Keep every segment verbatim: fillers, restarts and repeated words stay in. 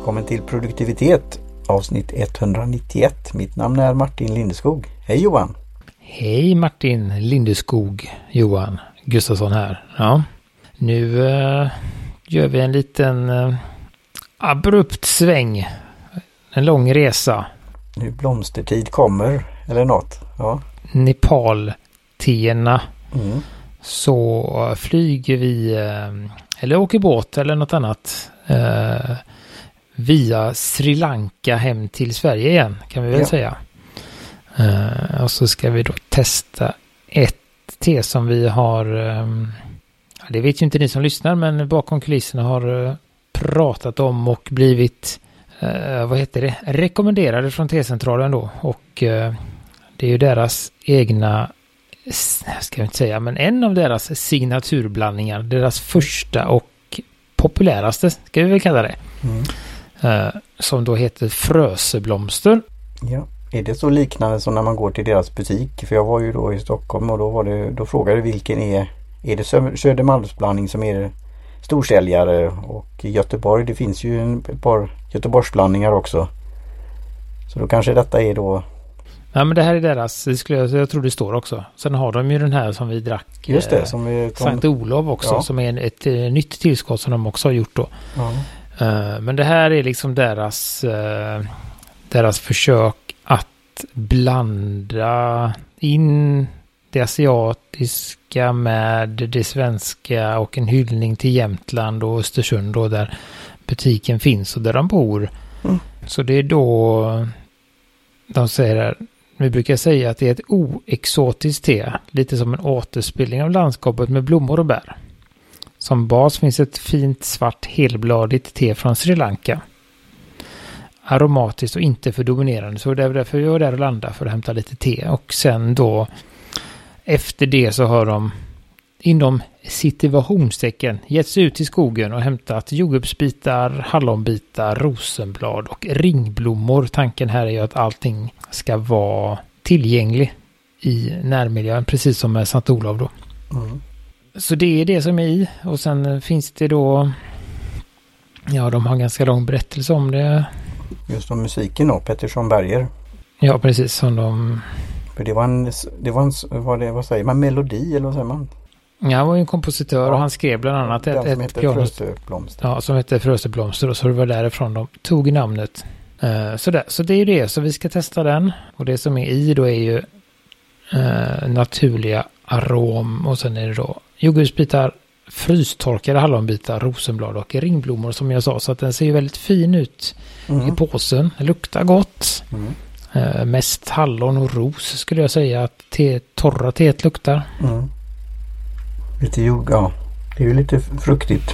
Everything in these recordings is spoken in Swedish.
välkommen till produktivitet avsnitt etthundranittioett. Mitt namn är Martin Lindeskog. Hej Johan! Hej Martin Lindeskog, Johan Gustafsson här. Ja. Nu äh, gör vi en liten äh, abrupt sväng. En lång resa. Nu blomstertid kommer, eller något. Ja. Nepal-tena. Mm. Så flyger vi, äh, eller åker båt eller något annat. Äh, via Sri Lanka hem till Sverige igen, kan vi väl ja. säga. Uh, och så ska vi då testa ett te som vi har, um, det vet ju inte ni som lyssnar, men bakom kulisserna har uh, pratat om och blivit, uh, vad heter det, rekommenderade från Tecentralen då. Och uh, det är ju deras egna, ska jag inte säga, men en av deras signaturblandningar, deras första och populäraste, ska vi väl kalla det. Mm. Uh, som då heter Fröseblomster. Ja. Är det så liknande som när man går till deras butik? För jag var ju då i Stockholm och då, var det, då frågade jag vilken är, är det Södermalmsblandning som är storsäljare, och i Göteborg, det finns ju en, ett par Göteborgsblandningar också. Så då kanske detta är då... Ja, men det här är deras, det skulle jag, jag tror det står också. Sen har de ju den här som vi drack. Just det, som vi... Tom... Sankt Olof också, ja. Som är ett, ett nytt tillskott som de också har gjort då. Ja. Uh, men det här är liksom deras, uh, deras försök att blanda in det asiatiska med det svenska och en hyllning till Jämtland och Östersund då, där butiken finns och där de bor. Mm. Så det är då de säger här, vi brukar säga att det är ett oexotiskt te, lite som en återspegling av landskapet med blommor och bär. Som bas finns ett fint svart helbladigt te från Sri Lanka. Aromatiskt och inte för dominerande. Så det är därför vi var där och landade för att hämta lite te. Och sen då efter det så har de inom situationstecken gett sig ut i skogen och hämtat jordgubbsbitar, hallonbitar, rosenblad och ringblommor. Tanken här är ju att allting ska vara tillgänglig i närmiljön, precis som med Sankt Olof då. Mm. Så det är det som är i. Och sen finns det då, ja, de har en ganska lång berättelse om det. Just om musiken då, Pettersson Berger. Ja, precis, som de... För det var en, det var en, vad, det, vad säger man, melodi eller vad säger man? Ja, han var ju en kompositör, ja. Och han skrev bland annat den ett... som ett heter piano... Fröseblomster. Ja, som heter Fröseblomster, och så det var därifrån de tog namnet. Uh, så, där, så det är ju det, så vi ska testa den. Och det som är i då är ju uh, naturliga arom, och sen är det då jordgubbsbitar, frystorkade hallonbitar, rosenblad och ringblommor som jag sa. Så att den ser ju väldigt fin ut mm. i påsen. Den luktar gott. Mm. Uh, mest hallon och ros skulle jag säga att te, torra teet luktar. Mm. Lite jord, ja. Det är ju lite fruktigt.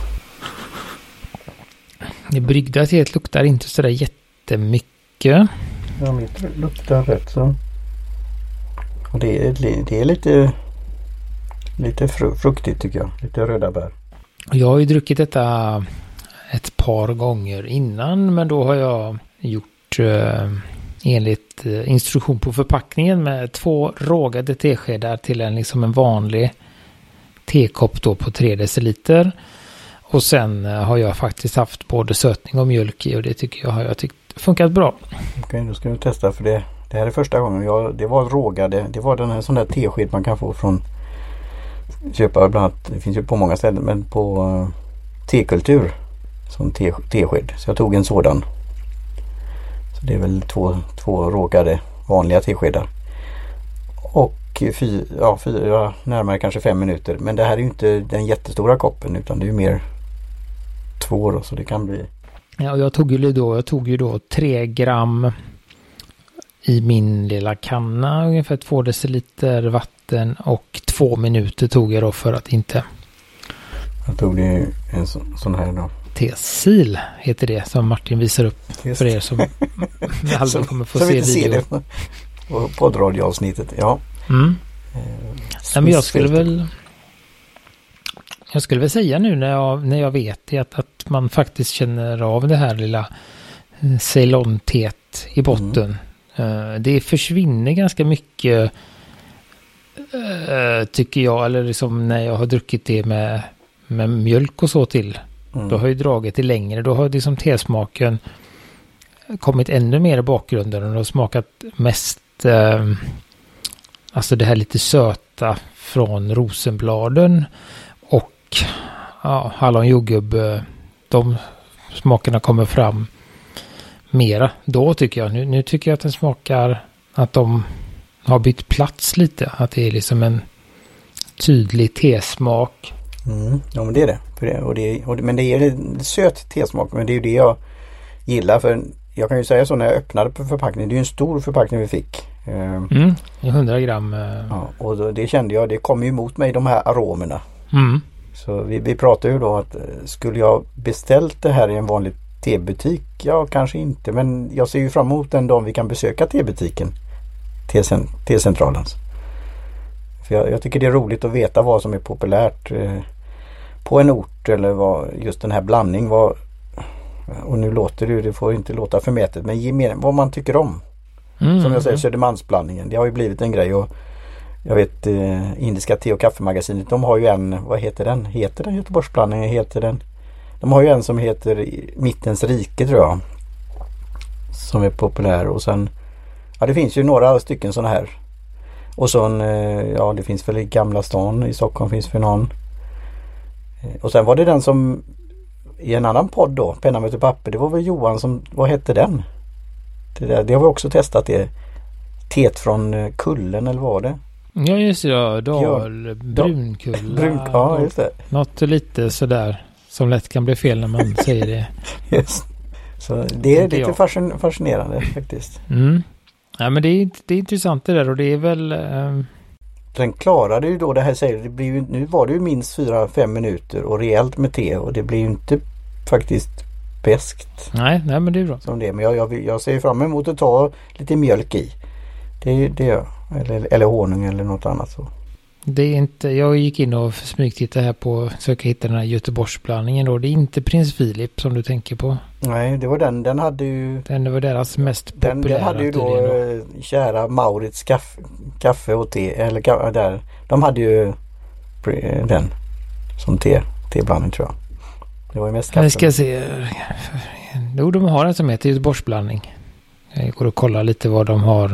Det bryggda teet luktar inte sådär jättemycket. Ja, men det luktar rätt så. Och det är, det är lite... Lite fruktigt tycker jag. Lite röda bär. Jag har ju druckit detta ett par gånger innan. Men då har jag gjort eh, enligt eh, instruktion på förpackningen med två rågade teskedar till en, liksom en vanlig tekopp då på tre deciliter. Och sen eh, har jag faktiskt haft både sötning och mjölk i. Och det tycker jag har jag tyckt funkat bra. Okej, då ska vi testa för det. Det här är första gången. Jag, det var rågade. Det var den här sån där tesked man kan få från... köpa bland annat, det finns ju på många ställen, men på uh, tekultur som te, tesked. Så jag tog en sådan. Så det är väl två, två rågade vanliga teskedar. Och fy, ja, fyra, närmare kanske fem minuter. Men det här är ju inte den jättestora koppen, utan det är ju mer två då, så det kan bli... Ja, jag tog ju då, jag tog ju då tre gram i min lilla kanna, ungefär två deciliter vatten, och två minuter tog jag då för att inte... Jag tog det en så, sån här då. Tesil heter det som Martin visar upp. Just. För er som aldrig kommer få se video. På poddradioavsnittet, ja. Mm. Eh, Nej, men jag skulle väl... Jag skulle väl säga nu när jag, när jag vet det att, att man faktiskt känner av det här lilla Ceylon-teet i botten. Mm. Det försvinner ganska mycket tycker jag, eller liksom när jag har druckit det med, med mjölk och så till. Mm. Då har ju dragit det längre. Då har liksom tesmaken kommit ännu mer i bakgrunden och har smakat mest eh, alltså det här lite söta från rosenbladen och ja, hallon jordgubb. De smakerna kommer fram mera då tycker jag. Nu, nu tycker jag att den smakar att de har bytt plats lite. Att det är liksom en tydlig tesmak. Mm. Ja, men det är det. För det, och det, och det men det är en söt tesmak. Men det är ju det jag gillar. För jag kan ju säga så när jag öppnade på förpackningen. Det är ju en stor förpackning vi fick. Mm, hundra gram. Ja, och då, det kände jag. Det kom ju emot mig de här aromerna. Mm. Så vi, vi pratade ju då att skulle jag beställt det här i en vanlig tebutik? Ja, kanske inte. Men jag ser ju fram emot den dagen vi kan besöka tebutiken. T-centralens. För jag, jag tycker det är roligt att veta vad som är populärt eh, på en ort eller vad just den här blandning var. Och nu låter det ju, det får inte låta förmätet, men ge mer vad man tycker om. Mm. Som jag säger, Södermalmsblandningen. Det har ju blivit en grej och jag vet eh, Indiska te- och kaffemagasinet, de har ju en, vad heter den? Heter den Göteborgsblandningen? Heter den? De har ju en som heter Mittens rike tror jag. Som är populär och sen, ja det finns ju några stycken sådana här. Och sen, eh, ja det finns väl i Gamla stan i Stockholm finns för någon. Eh, och sen var det den som i en annan podd då, Penna möter papper, det var väl Johan som, vad hette den? Det, där, det har vi också testat det. Teet från Kullen eller vad var det? Ja just det, ja, Dal, Brunkulla. Brun, ja just det. Något lite sådär som lätt kan bli fel när man säger det. Just. Så det är lite fascin- fascinerande faktiskt. Mm. Ja men det är, det är intressant det där och det är väl... Eh... Den klarade ju då det här säger det blir ju, nu var det ju minst fyra fem minuter och rejält med te och det blir ju inte faktiskt beskt. Nej, nej men det är bra. Som det, men jag, jag, jag ser fram emot att ta lite mjölk i. Det, det gör eller, eller honung eller något annat så. Det är inte, jag gick in och smygtittade här på försöka hitta den här Göteborgsblandningen då. Det är inte Prins Philip som du tänker på. Nej, det var den. Den hade ju... Den var deras mest populära. Den, den hade ju då, då kära Maurits kaffe, kaffe och te. Eller där. De hade ju den som te, teblandning tror jag. Det var ju mest kaffe. Jag ska se. Jo, de har en som heter Göteborgsblandning. Jag går och kollar lite vad de har.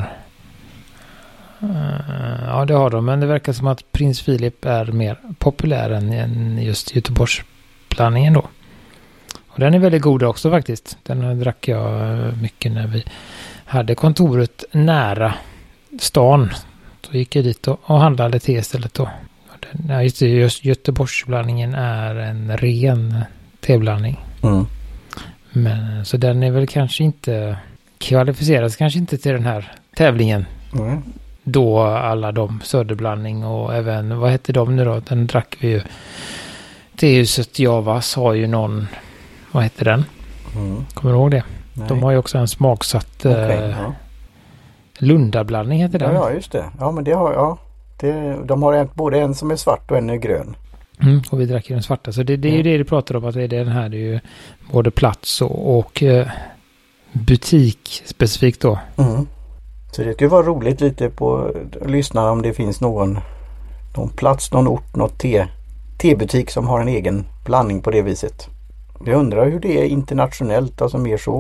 Ja, det har de. Men det verkar som att Prins Philip är mer populär än just Göteborgsblandningen då. Och den är väldigt god också faktiskt. Den drack jag mycket när vi hade kontoret nära stan. Då gick jag dit och, och handlade te istället då. Den, just, just Göteborgsblandningen är en ren teblandning. Mm. Men så den är väl kanske inte kvalificerad kanske inte till den här tävlingen. Mm. Då alla de Söderblandning och även, vad hette de nu då? Den drack vi ju. Tehuset Javas har ju någon, vad heter den? Mm. Kommer du ihåg det? Nej. De har ju också en smaksatt okay, eh, ja. Lundablandning heter den. Ja, ja, just det. Ja, men det har jag. Det, de har en, både en som är svart och en är grön. Mm, och vi drack ju den svarta. Så det, det är mm. ju det du pratar om, att det är den här, det är ju både plats och, och eh, butik specifikt då. Mm. Så det skulle vara roligt lite på att lyssna om det finns någon, någon plats, någon ort, något te, tebutik som har en egen blandning på det viset. Jag undrar hur det är internationellt, alltså mer så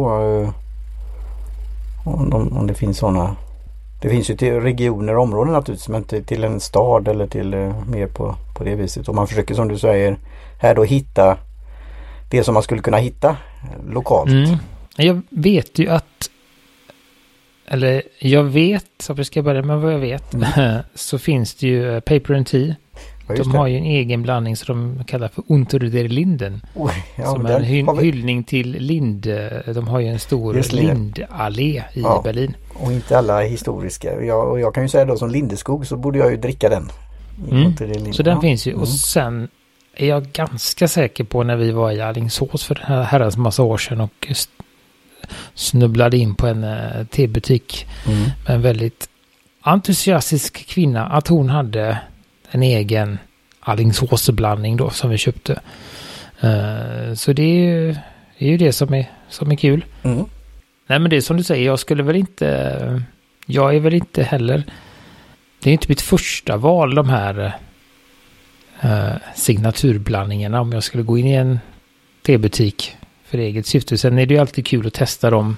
om, de, om det finns sådana. Det finns ju till regioner och områden naturligtvis, men inte till en stad eller till mer på, på det viset. Och man försöker som du säger här då hitta det som man skulle kunna hitta lokalt. Mm. Jag vet ju att eller jag vet, så vi ska börja med vad jag vet, mm. så finns det ju Paper and Tea. Ja, de har ju en egen blandning som de kallar för Unter der Linden. Oh, ja, som är en hy- vi... hyllning till Lind. De har ju en stor Lindallé i ja, Berlin. Och inte alla historiska. Jag, och jag kan ju säga då som Lindeskog så borde jag ju dricka den. Mm. Så den ja. finns ju. Mm. Och sen är jag ganska säker på när vi var i Alingsås för den här herrans massa år sedan och snubblade in på en uh, tebutik mm. med en väldigt entusiastisk kvinna, att hon hade en egen Alingsåsblandning då som vi köpte. Uh, så det är ju, är ju det som är, som är kul. Mm. Nej men det är som du säger, jag skulle väl inte, jag är väl inte heller, det är inte mitt första val de här uh, signaturblandningarna. Om jag skulle gå in i en tebutik för eget syfte. Sen är det ju alltid kul att testa dem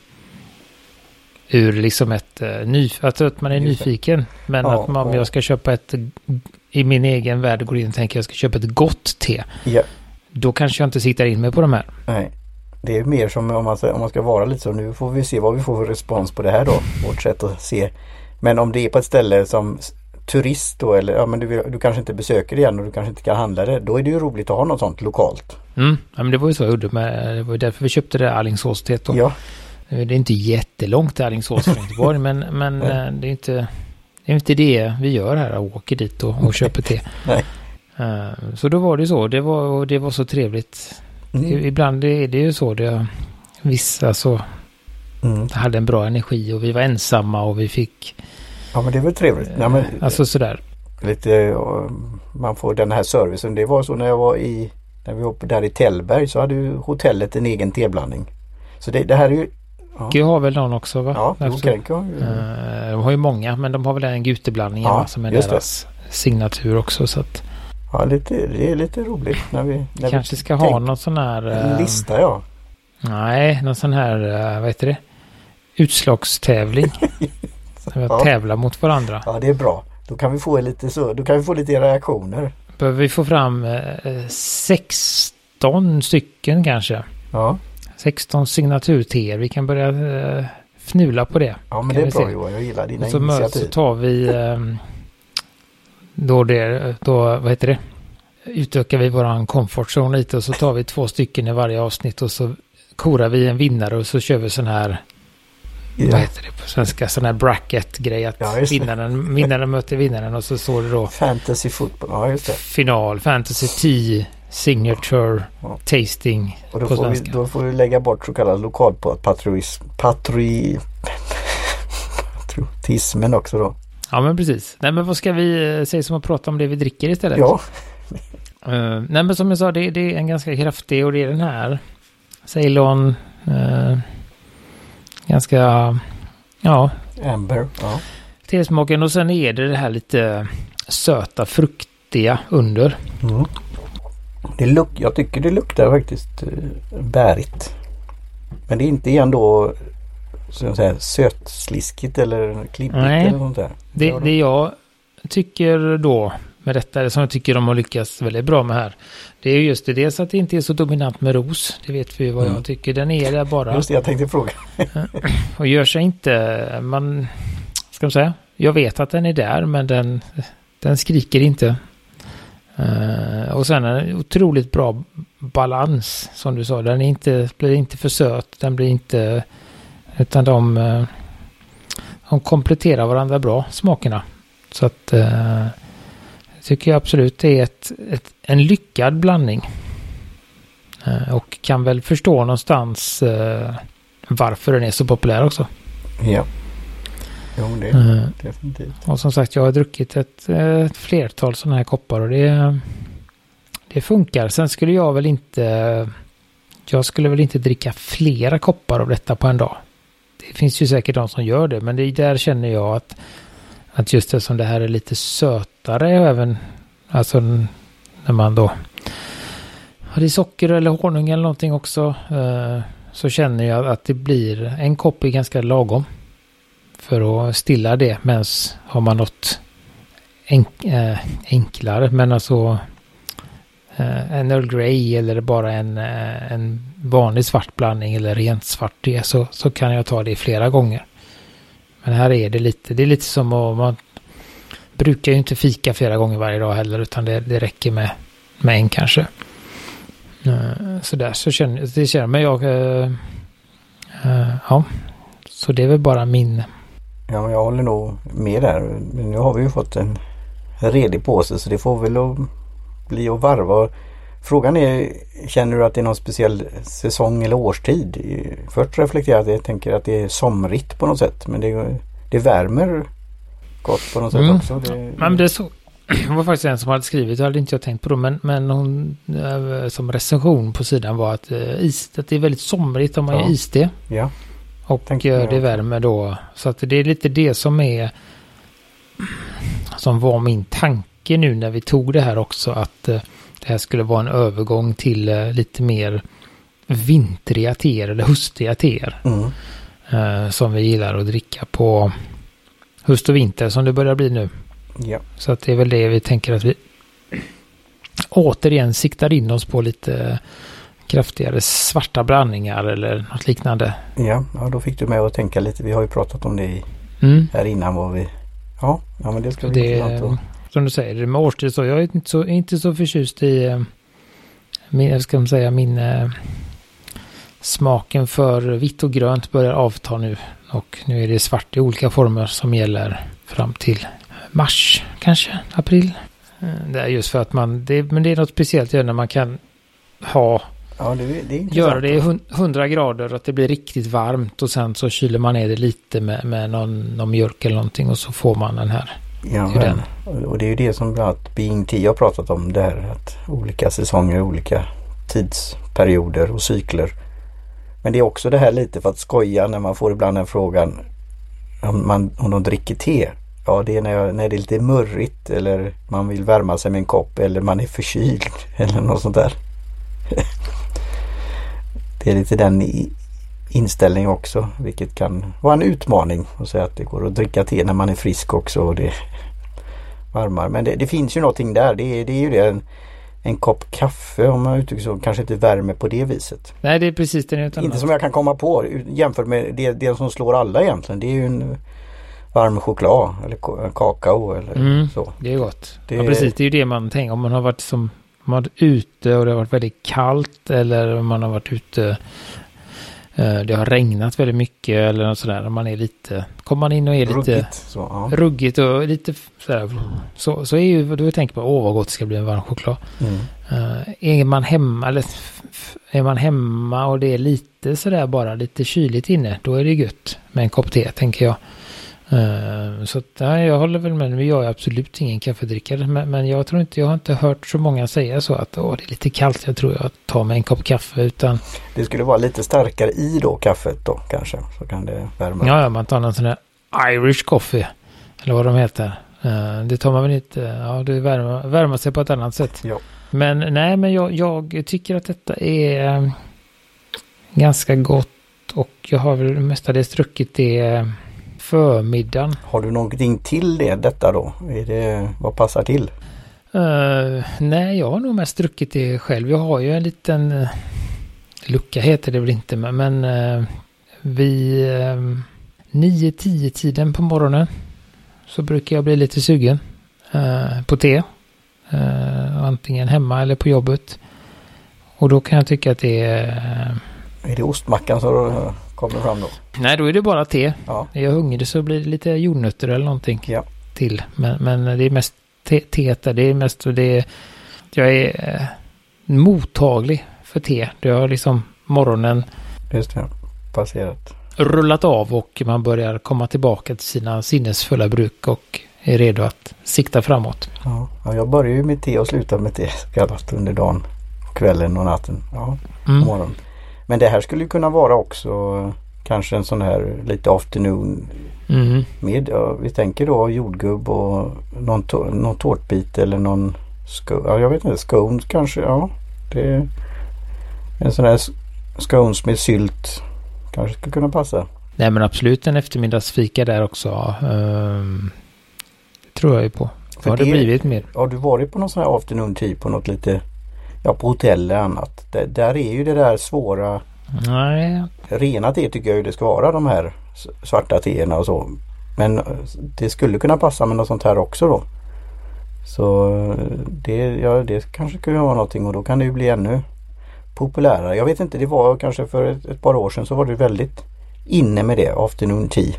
ur liksom ett uh, ny, att, att man är nyfiken. Men ja, att man, om ja. jag ska köpa ett, i min egen värld går in och tänker jag ska köpa ett gott te. Ja. Då kanske jag inte siktar in mig på de här. Nej. Det är mer som om man, om man ska vara lite så. Nu får vi se vad vi får för respons på det här då. Vårt sätt att se. Men om det är på ett ställe som turist då, eller ja, men du, du kanske inte besöker det igen och du kanske inte kan handla det. Då är det ju roligt att ha något sånt lokalt. Mm, ja, men det var ju så jag gjorde med, det var ju därför vi köpte det Alingsåsteet då. Ja. Det är inte jättelångt till Alingsås från Göteborg, men, men det är inte det är inte det vi gör här och åker dit och, och köper te. Nej. Uh, så då var det så, det var, det var så trevligt. Mm. Ibland är det ju så, det vissa så mm. hade en bra energi och vi var ensamma och vi fick ja, men det är väl trevligt. Ja, men, alltså sådär. Lite, man får den här servicen. Det var så när jag var i när vi var där i Tällberg så hade ju hotellet en egen teblandning. Så det, det här är ju ja. Jag har väl någon också va? Ja, alltså, okay, okay. Uh, de har ju många men de har väl en guteblandning ja, va, som är deras det. signatur också så att ja, lite, det är lite roligt när vi när kanske vi ska ha någon sån här en lista ja. Nej, någon sån här uh, vad heter det? Utslagstävling. När vi ja. tävlar mot varandra. Ja, det är bra. Då kan vi få lite så, då kan vi få lite reaktioner. Behöver vi få fram uh, sexton stycken kanske. Ja. sexton signaturteer. Vi kan börja uh, fnula på det. Ja, men det är bra Johan. Jag gillar dina så initiativ. Så tar vi um, då det, då, vad heter det? Utökar vi våran comfort zone lite och så tar vi två stycken i varje avsnitt och så korar vi en vinnare och så kör vi sån här yeah. vad heter det på svenska? Sån här bracket-grej att ja, vinnaren, vinnaren möter vinnaren och så står det då fantasy football. Ja, just det. Final, fantasy tea, signature, ja. tasting och då på får svenska. Vi, då får vi lägga bort så kallad lokalpatriotism patri, patriotismen också då. Ja, men precis. Nej, men vad ska vi säga som att prata om det vi dricker istället? Ja. Uh, nej, men som jag sa, det, det är en ganska kraftig och det är den här Ceylon uh, ganska ja. Amber, ja. Tesmaken och sen är det det här lite söta, fruktiga under. Mm. Det luk- jag tycker det luktar faktiskt uh, bärigt. Men det är inte igen då så att säga, sötsliskigt eller klippigt eller sånt där. Det, det, det jag tycker då med detta, som jag tycker de har lyckats väldigt bra med här, det är ju just det, dels att det inte är så dominant med ros. Det vet vi vad mm. jag tycker. Den är där bara. Just det, jag tänkte fråga. Och gör sig inte, man ska man säga, jag vet att den är där, men den, den skriker inte. Uh, och sen en otroligt bra balans, som du sa. Den är inte, blir inte för söt, den blir inte, utan de, uh, de kompletterar varandra bra, smakerna. Så att uh, tycker jag absolut det är ett, ett, en lyckad blandning. Uh, och kan väl förstå någonstans uh, varför den är så populär också. Ja. Jo, det är definitivt. Och som sagt, jag har druckit ett, ett flertal sådana här koppar och det, det funkar. Sen skulle jag väl inte jag skulle väl inte dricka flera koppar av detta på en dag. Det finns ju säkert de som gör det, men det, där känner jag att, att just det som det här är lite sötare även, alltså när man då har det socker eller honung eller någonting också, så känner jag att det blir en kopp är ganska lagom. För att stilla det, men har man något enk, äh, enklare, men alltså äh, en Earl Grey eller bara en, äh, en vanlig svart blandning eller rent svart det, så, så kan jag ta det flera gånger. Men här är det lite, det är lite som att man brukar ju inte fika flera gånger varje dag heller, utan det, det räcker med, med en kanske. Äh, så där så känner, det känner men jag äh, äh, ja, så det är väl bara min. Ja, men jag håller nog med där. Men nu har vi ju fått en redig påse, så det får väl att bli att varva. Frågan är, känner du att det är någon speciell säsong eller årstid? Först reflekterar jag att jag tänker att det är somrigt på något sätt. Men det, det värmer gott på något mm. sätt också. Det, men det är så. Det var faktiskt en som hade skrivit, det hade inte jag tänkt på då, men, men hon som recension på sidan var att, is, att det är väldigt somrigt om man ja. gör iste. Ja. Och det värmer då. Så att det är lite det som är som var min tanke nu när vi tog det här också, att det här skulle vara en övergång till lite mer vintriga teer eller höstiga teer. Mm. Eh, som vi gillar att dricka på höst och vinter som det börjar bli nu. Ja. Så att det är väl det vi tänker att vi återigen siktar in oss på lite kraftigare svarta blandningar eller något liknande. Ja, ja, då fick du med att tänka lite. Vi har ju pratat om det i, mm. här innan vad vi... Ja, ja men det ska bli intressant. Som du säger, med årstid så. Jag är inte så, inte så förtjust i min, ska man säga, min eh, smaken för vitt och grönt börjar avta nu. Och nu är det svart i olika former som gäller fram till mars, kanske april. Det är just för att man, det, men det är något speciellt när man kan ha, ja, det, det är göra det i hundra grader att det blir riktigt varmt och sen så kyler man ner det lite med, med någon, någon mjölk eller någonting och så får man den här. Ja, det den. Och det är ju det som bland annat Being Tea har pratat om där, att olika säsonger, olika tidsperioder och cykler. Men det är också det här lite för att skoja när man får ibland den frågan om, man, om de dricker te. Ja, det är när, jag, när det är lite murrigt eller man vill värma sig med en kopp eller man är förkyld eller något sånt där. Det är lite den inställningen också, vilket kan vara en utmaning att säga att det går att dricka te när man är frisk också och det varmar. Men det, det finns ju någonting där. Det är, det är ju det, en, en kopp kaffe om man uttrycker så, kanske inte värmer på det viset. Nej, det är precis det. Inte annat. Som jag kan komma på jämfört med det, det som slår alla egentligen. Det är ju en varm choklad eller kakao eller mm, så. Det är gott. Det, ja, precis. Det är ju det man tänker. Om man har varit som man har varit ute och det har varit väldigt kallt eller om man har varit ute eh, det har regnat väldigt mycket eller något sådär. Om man är lite, kommer man in och är lite ruggigt, så, ja. ruggigt och lite sådär, så, så är ju, då tänker man, åh vad gott det ska bli en varm choklad. Mm. Uh, är man hemma eller är man hemma och det är lite sådär bara lite kyligt inne, då är det gött med en kopp te, tänker jag. Uh, så att, ja, jag håller väl med. Jag är absolut ingen kaffedrickare, men, men jag tror inte, jag har inte hört så många säga så att åh, det är lite kallt, jag tror jag tar mig en kopp kaffe, utan det skulle vara lite starkare i då kaffet då kanske, så kan det värma. Ja, ja, man tar någon sån här Irish coffee eller vad de heter. Uh, det tar man väl inte, ja, det värmer, värmer sig på ett annat sätt. Ja. Men nej, men jag, jag tycker att detta är uh, ganska gott och jag har väl mestadels druckit det uh, förmiddagen. Har du någonting till det, detta då? Är det, vad passar till? Uh, nej, jag har nog mest druckit det själv. Jag har ju en liten uh, lucka heter det väl inte, men uh, vid uh, nio tio tiden på morgonen så brukar jag bli lite sugen uh, på te. Uh, antingen hemma eller på jobbet. Och då kan jag tycka att det är... Uh, är det ostmackan som kommer fram då? Nej, då är det bara te. Ja. Är jag hungrig så blir det lite jordnötter eller någonting ja. till. Men, men det är mest te, teet där. Det är mest det är, jag är eh, mottaglig för te. Det har liksom morgonen just det, passerat. Rullat av och man börjar komma tillbaka till sina sinnesfulla bruk och är redo att sikta framåt. Ja, ja jag börjar ju med te och slutar med te kallat under dagen, kvällen och natten. Ja, mm. morgon. Men det här skulle ju kunna vara också kanske en sån här lite afternoon mm. med, ja, vi tänker då jordgubb och någon, to- någon tårtbit eller någon sko- ja, jag vet inte, scones kanske, ja. Det är en sån här scones med sylt kanske skulle kunna passa. Nej, men absolut en eftermiddagsfika där också. Um, det tror jag ju på. För har det, det blivit mer? Har du varit på någon sån här afternoon tea på något lite, ja, på hotell eller annat? Det, där är ju det där svåra. Nej. Rena te tycker jag ju det ska vara, de här svarta teerna och så. Men det skulle kunna passa med något sånt här också då. Så det, ja, det kanske skulle vara någonting och då kan det ju bli ännu populärare. Jag vet inte, det var kanske för ett, ett par år sedan så var det väldigt inne med det, afternoon tea.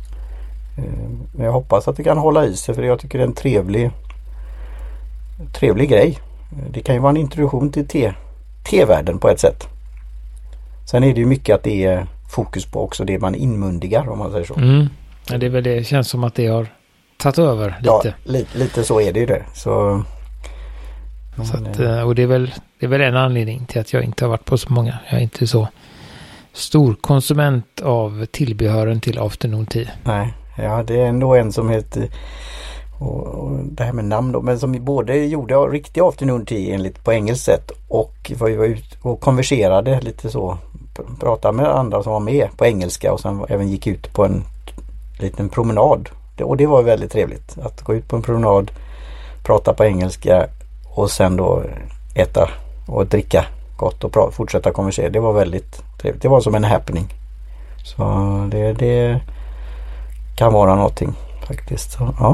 Men jag hoppas att det kan hålla i sig, för jag tycker det är en trevlig trevlig grej. Det kan ju vara en introduktion till te, tevärlden på ett sätt. Sen är det ju mycket att det är fokus på också det man inmundigar, om man säger så. Mm. Ja, det är väl det, känns som att det har tagit över lite. Ja, lite, lite så är det ju det. Så, så att, och det är, väl, det är väl en anledning till att jag inte har varit på så många. Jag är inte så stor konsument av tillbehören till afternoon tea. Nej, ja, det är ändå en som heter, Och, och det här med namn då, men som vi både gjorde riktig afternoon tea enligt på engelskt sätt och var, var ut och konverserade lite så, pratade med andra som var med på engelska och sen även gick ut på en liten promenad. Det, och det var väldigt trevligt att gå ut på en promenad, prata på engelska och sen då äta och dricka gott och pra- fortsätta konversera. Det var väldigt trevligt. Det var som en happening. Så det, det kan vara någonting faktiskt. Så, ja.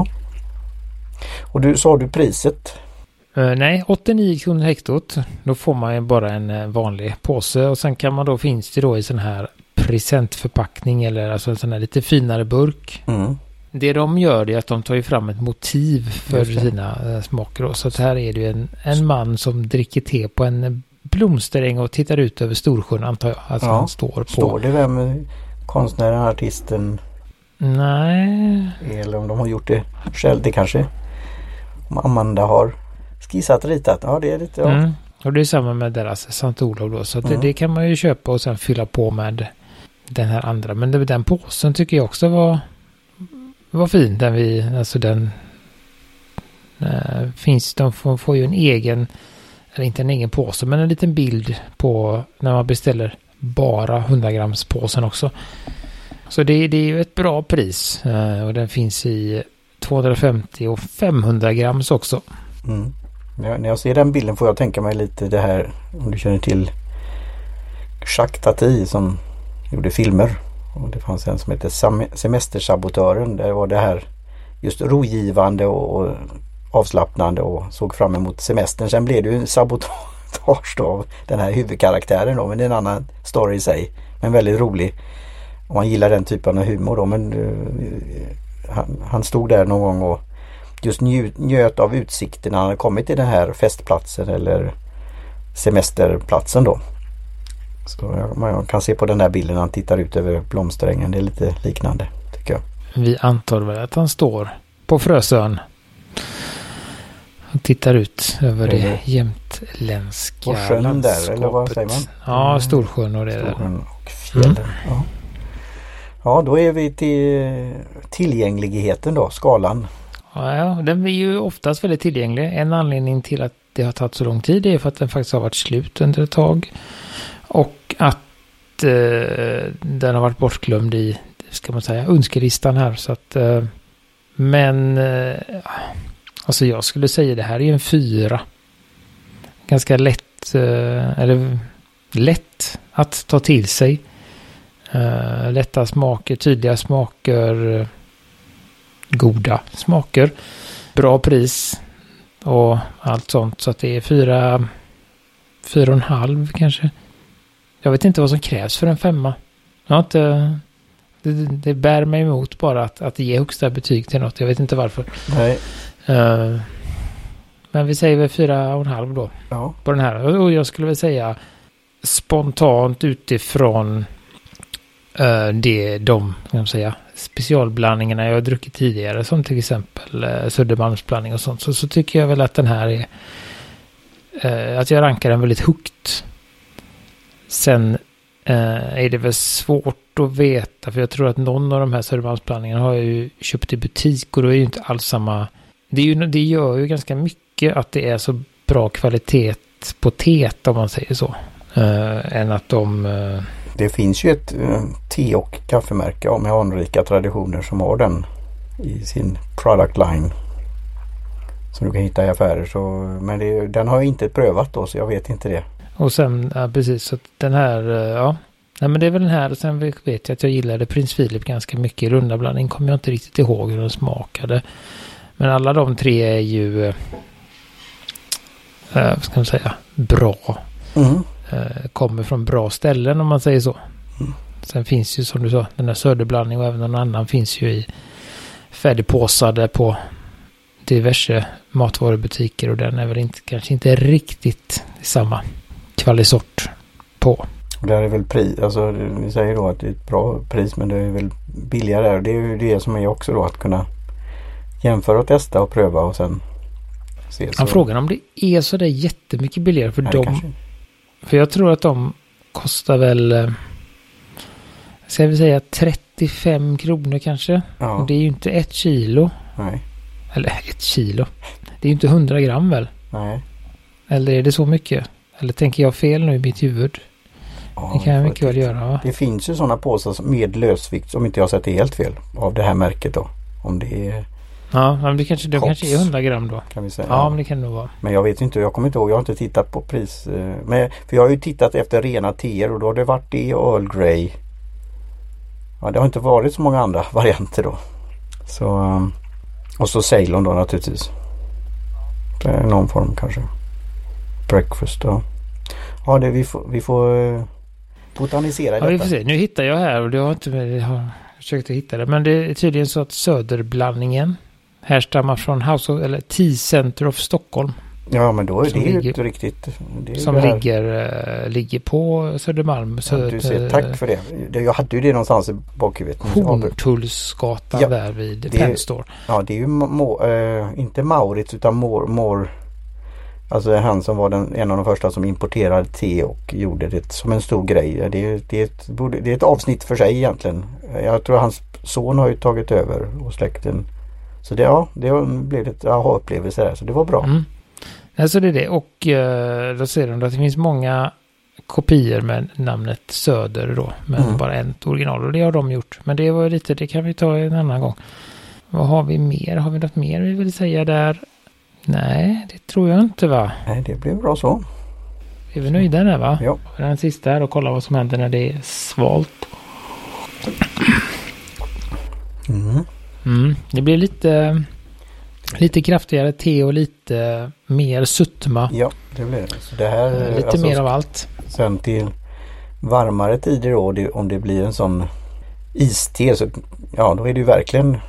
Och du sa du priset? Uh, nej, åttionio kronor hektot. Då får man ju bara en uh, vanlig påse och sen kan man då, finns det då i sån här presentförpackning eller alltså en sån här lite finare burk. Mm. Det de gör är att de tar ju fram ett motiv för sina uh, smaker då. Så att här är det ju en, en man som dricker te på en blomsteräng och tittar ut över Storsjön, antar jag. Alltså ja. Han står på. Står det vem konstnären, artisten? Nej. Eller om de har gjort det själv, det kanske. Om Amanda har skissat, ritat. Ja, det är lite... Ja. Mm. Och det är samma med deras Sankt Olof då. Så att mm. det, det kan man ju köpa och sen fylla på med den här andra. Men det, den påsen tycker jag också var var fin. Den vi, alltså den äh, finns, de får, får ju en egen, eller inte en egen påse, men en liten bild på när man beställer bara hundra grams påsen också. Så det, det är ju ett bra pris. Äh, och den finns i tvåhundrafemtio och femhundra grams också. Mm. När jag ser den bilden får jag tänka mig lite det här, om du känner till Jacques Tati som gjorde filmer. Och det fanns en som heter Semestersabotören. Där var det här just rogivande och, och avslappnande och såg fram emot semestern. Sen blev det ju en sabotage då av den här huvudkaraktären då, men det är en annan story i sig. Men väldigt rolig. Om man gillar den typen av humor då. Men uh, han, han stod där någon gång och just njöt, njöt av utsikten när han hade kommit till den här festplatsen eller semesterplatsen då. Så jag, man kan se på den där bilden när han tittar ut över blomsterängen. Det är lite liknande, tycker jag. Vi antar väl att han står på Frösön och tittar ut över det, det jämtländska och sjön landskapet. Där, eller vad säger man? Ja, Storsjön och det Storsjön där. och fjällen, Mm. ja. Ja, då är vi till tillgängligheten då, skalan. Ja, den är ju oftast väldigt tillgänglig. En anledning till att det har tagit så lång tid är för att den faktiskt har varit slut under ett tag. Och att eh, den har varit bortglömd i, ska man säga, önskelistan här. Så att, eh, men eh, alltså jag skulle säga det här är en fyra. Ganska lätt, eh, eller lätt att ta till sig. Eh, lätta smaker, tydliga smaker, eh, goda smaker, bra pris och allt sånt. Så att det är fyra, fyra och en halv kanske. Jag vet inte vad som krävs för en femma. Jag har inte, det, det bär mig emot bara att, att ge högsta betyg till något. Jag vet inte varför. Nej. Uh, men vi säger väl fyra och en halv då. Ja. På den här. Och jag skulle väl säga spontant utifrån uh, det, de, kan man säga, specialblandningarna jag har druckit tidigare, som till exempel uh, Södermalmsblandning och sånt. Så, så tycker jag väl att den här är uh, att jag rankar den väldigt högt. Sen eh, är det väl svårt att veta, för jag tror att någon av de här Södermalmsblandningarna har jag ju köpt i butik och då är ju inte alls samma. Det, är ju, det gör ju ganska mycket att det är så bra kvalitet på teet, om man säger så. Eh, än att de... Eh... Det finns ju ett uh, te- och kaffemärke med anrika traditioner som har den i sin product line. Som du kan hitta i affärer. Så, men det, den har jag inte prövat då, så jag vet inte det. Och sen, ja precis, så den här, ja, nej men det är väl den här, och sen vet jag att jag gillade Prins Philip ganska mycket. I runda blandning kommer jag inte riktigt ihåg hur den smakade. Men alla de tre är ju, eh, vad ska man säga, bra. Mm. Eh, kommer från bra ställen, om man säger så. Mm. Sen finns ju, som du sa, den här söderblandning och även någon annan finns ju i färdigpåsade på diverse matvarubutiker, och den är väl inte, kanske inte riktigt samma kvalisort på. Och där är väl pris, alltså vi säger då att det är ett bra pris, men det är väl billigare, och det är ju det som är också då att kunna jämföra och testa och pröva och sen se. Så. Ja, frågan om det är så där jättemycket billigare för Nej, dem. kanske. För jag tror att de kostar väl, ska vi säga trettiofem kronor kanske. Ja. Och det är ju inte ett kilo. Nej. Eller ett kilo. Det är ju inte hundra gram väl? Nej. Eller är det så mycket? Eller tänker jag fel nu i mitt huvud? Ja, det kan jag mycket väl göra, va? Det finns ju sådana påsar med lösvikt, som inte jag har sett det helt fel, av det här märket då. Om det är... Ja, men det kanske, det kanske är hundra gram då. Kan vi säga. Ja, men det kan det nog vara. Men jag vet inte, jag kommer inte ihåg, jag har inte tittat på pris. Men, för jag har ju tittat efter rena teer och då har det varit det och Earl Grey. Ja, det har inte varit så många andra varianter då. Så, och så Ceylon då naturligtvis. Det är någon form kanske. Breakfast då. Ja, det, vi får, vi får botanisera i ja, detta. Vi får se. Nu hittar jag här och det har inte, jag har försökt att hitta det. Men det är tydligen så att söderblandningen härstammar från House of, eller Tea Center of Stockholm. Ja, men då är det ju ligger, riktigt. Det är som det ligger, äh, ligger på Södermalm. Ja, du ser, tack för det. Jag hade ju det någonstans i bakhuvudet. Horntullsgatan ja, där vid Penn Store. Ja, det är ju må, äh, inte Maurits utan Mor, Mor alltså han som var den, en av de första som importerade te och gjorde det som en stor grej. Det är, det är, ett, det är ett avsnitt för sig egentligen. Jag tror hans son har ju tagit över och släkten. Så det, ja, det blev ett aha-upplevelse där, så det var bra. Mm. Alltså det är det. Och uh, då ser de att det finns många kopior med namnet Söder då. Men mm. bara en original. Och det har de gjort. Men det var lite, det kan vi ta en annan gång. Vad har vi mer? Har vi något mer vi vill säga där? Nej, det tror jag inte, va? Nej, det blev bra så. Är vi nöjda där, va? Ja. Den sista här och kolla vad som händer när det är svalt. Mm. Mm. Det blir lite... Lite kraftigare te och lite mer suttma. Ja, det blir det. Så det här, lite alltså, mer av allt. Sen till varmare tider då, det, om det blir en sån iste så ja, då är det ju verkligen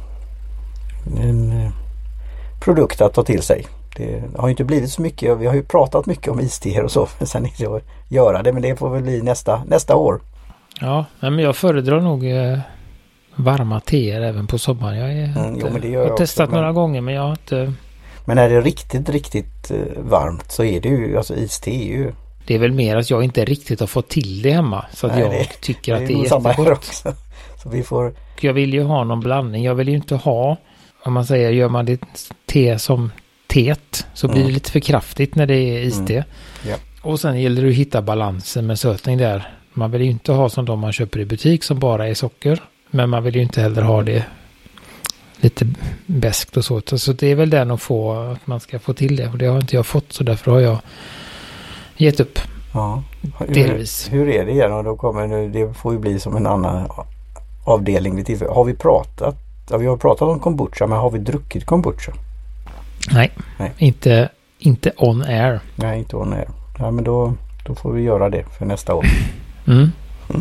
en produkt att ta till sig. Det har ju inte blivit så mycket, vi har ju pratat mycket om iste och så, men sen är det att göra det, men det får väl bli nästa, nästa år. Ja, men jag föredrar nog eh, varma teer även på sommaren. Jag, är mm, inte, jo, men det gör jag har också, testat men... några gånger, men jag har inte... Men är det riktigt, riktigt varmt så är det ju, alltså iste är ju... Det är väl mer att jag inte riktigt har fått till det hemma. Så att Nej, jag det, tycker det att det är jättegott. Så vi får... Jag vill ju ha någon blandning. Jag vill ju inte ha, om man säger, gör man det te som teet så blir mm. det lite för kraftigt när det är iste. Mm. Ja. Och sen gäller det att hitta balansen med sötning där. Man vill ju inte ha som de man köper i butik som bara är socker. Men man vill ju inte heller ha det lite bäst och så. Så det är väl den att få, att man ska få till det. Och det har inte jag fått, så därför har jag gett upp. Ja. Hur, delvis. Hur är det igen? Och då kommer nu, det får ju bli som en annan avdelning. Har vi pratat? Ja, vi har pratat om kombucha, men har vi druckit kombucha? Nej, Nej. Inte, inte on air. Nej, inte on air. Ja, men då, då får vi göra det för nästa år. Mm. Mm.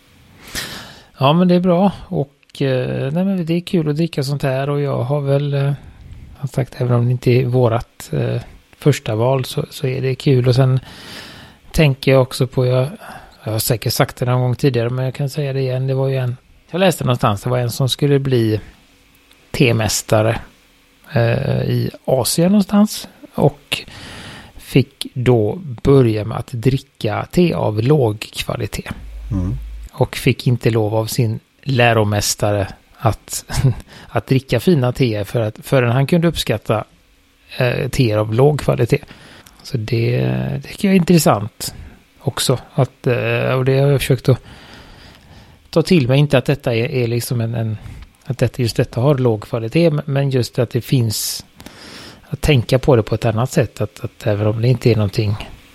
Ja, men det är bra. Och eh, nej, men det är kul att dricka sånt här. Och jag har väl eh, har sagt, även om det inte är vårat eh, första val så, så är det kul. Och sen tänker jag också på, jag, jag har säkert sagt det någon gång tidigare, men jag kan säga det igen. Det var ju en, jag läste någonstans, det var en som skulle bli temästare eh, i Asien någonstans. Och fick då börja med att dricka te av låg kvalitet. Mm. Och fick inte lov av sin läromästare att, att dricka fina teer för att, förrän han kunde uppskatta eh, teer av låg kvalitet. Så det, det tycker jag är intressant också. Att, eh, och det har jag försökt att ta till mig. Inte att detta är, är liksom en, en att detta, just detta har låg kvalitet, men just att det finns att tänka på det på ett annat sätt. Att, att även om det inte är någonting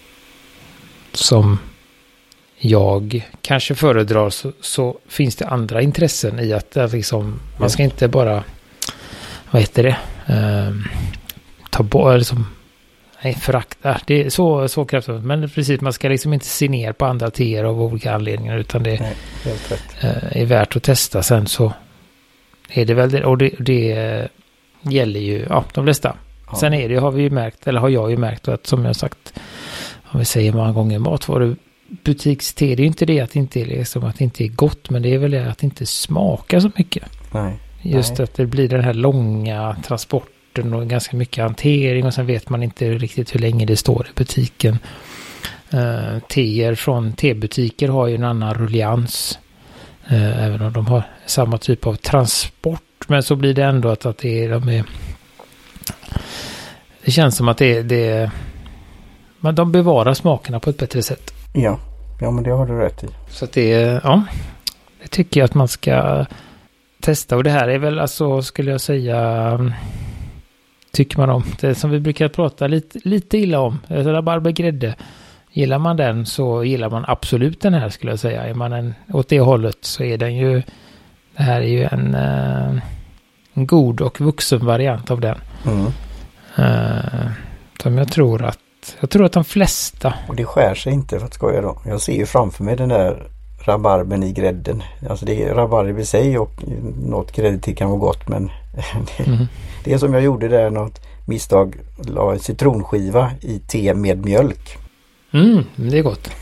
som jag kanske föredrar, så, så finns det andra intressen i att, att liksom, man ska inte bara, vad heter det, um, ta bort, liksom, nej, förakta, det är så, så kraftfullt, men precis, man ska liksom inte se ner på andra teer av olika anledningar, utan det nej, helt rätt. Uh, är värt att testa. Sen så är det väl det, och det, det gäller ju, ja, de flesta. Ja. Sen är det, har vi ju märkt, eller har jag ju märkt, att som jag sagt, om vi säger många gånger, matvaror butikste, det är ju inte det att det inte är liksom att det inte är gott, men det är väl det att det inte smakar så mycket. Nej. Just Nej. Att det blir den här långa transporten och ganska mycket hantering, och sen vet man inte riktigt hur länge det står i butiken. Uh, teer från tebutiker har ju en annan ruljans, uh, även om de har samma typ av transport, men så blir det ändå att, att det är, de är Det känns som att det, det men de bevarar smakerna på ett bättre sätt. Ja, ja men det har du rätt i. Så att det, ja, det tycker jag att man ska testa. Och det här är väl alltså, skulle jag säga, tycker man om det som vi brukar prata lite, lite illa om. Rabarbergrädde. Gillar man den så gillar man absolut den här, skulle jag säga. Är man en, åt det hållet så är den ju, det här är ju en, en god och vuxen variant av den. Mm. Uh, som jag tror att jag tror att de flesta... Och det skär sig inte, för att skoja då. Jag ser ju framför mig den där rabarben i grädden. Alltså det är rabarber i sig och något grädde till kan vara gott, men det, mm. det är som jag gjorde där, något misstag, la en citronskiva i te med mjölk. Mm, det är gott.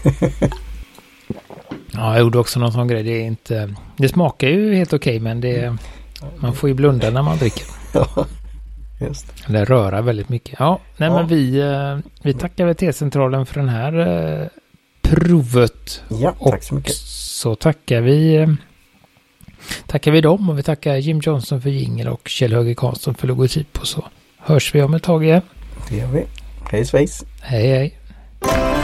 Ja, jag gjorde också någon sån grej. Det är inte... Det smakar ju helt okej, okay, men det... Man får ju blunda när man dricker. Ja, just. Det rörar väldigt mycket. Ja, nej ja. men vi, vi tackar väl T-centralen för den här eh, provet. Ja, tack så mycket. Och så tackar vi tackar vi dem, och vi tackar Jim Johnson för jingle och Kjell Höger Karlsson för logotyp, och så hörs vi om ett tag igen. Det gör vi. Hej svejs. Hej hej.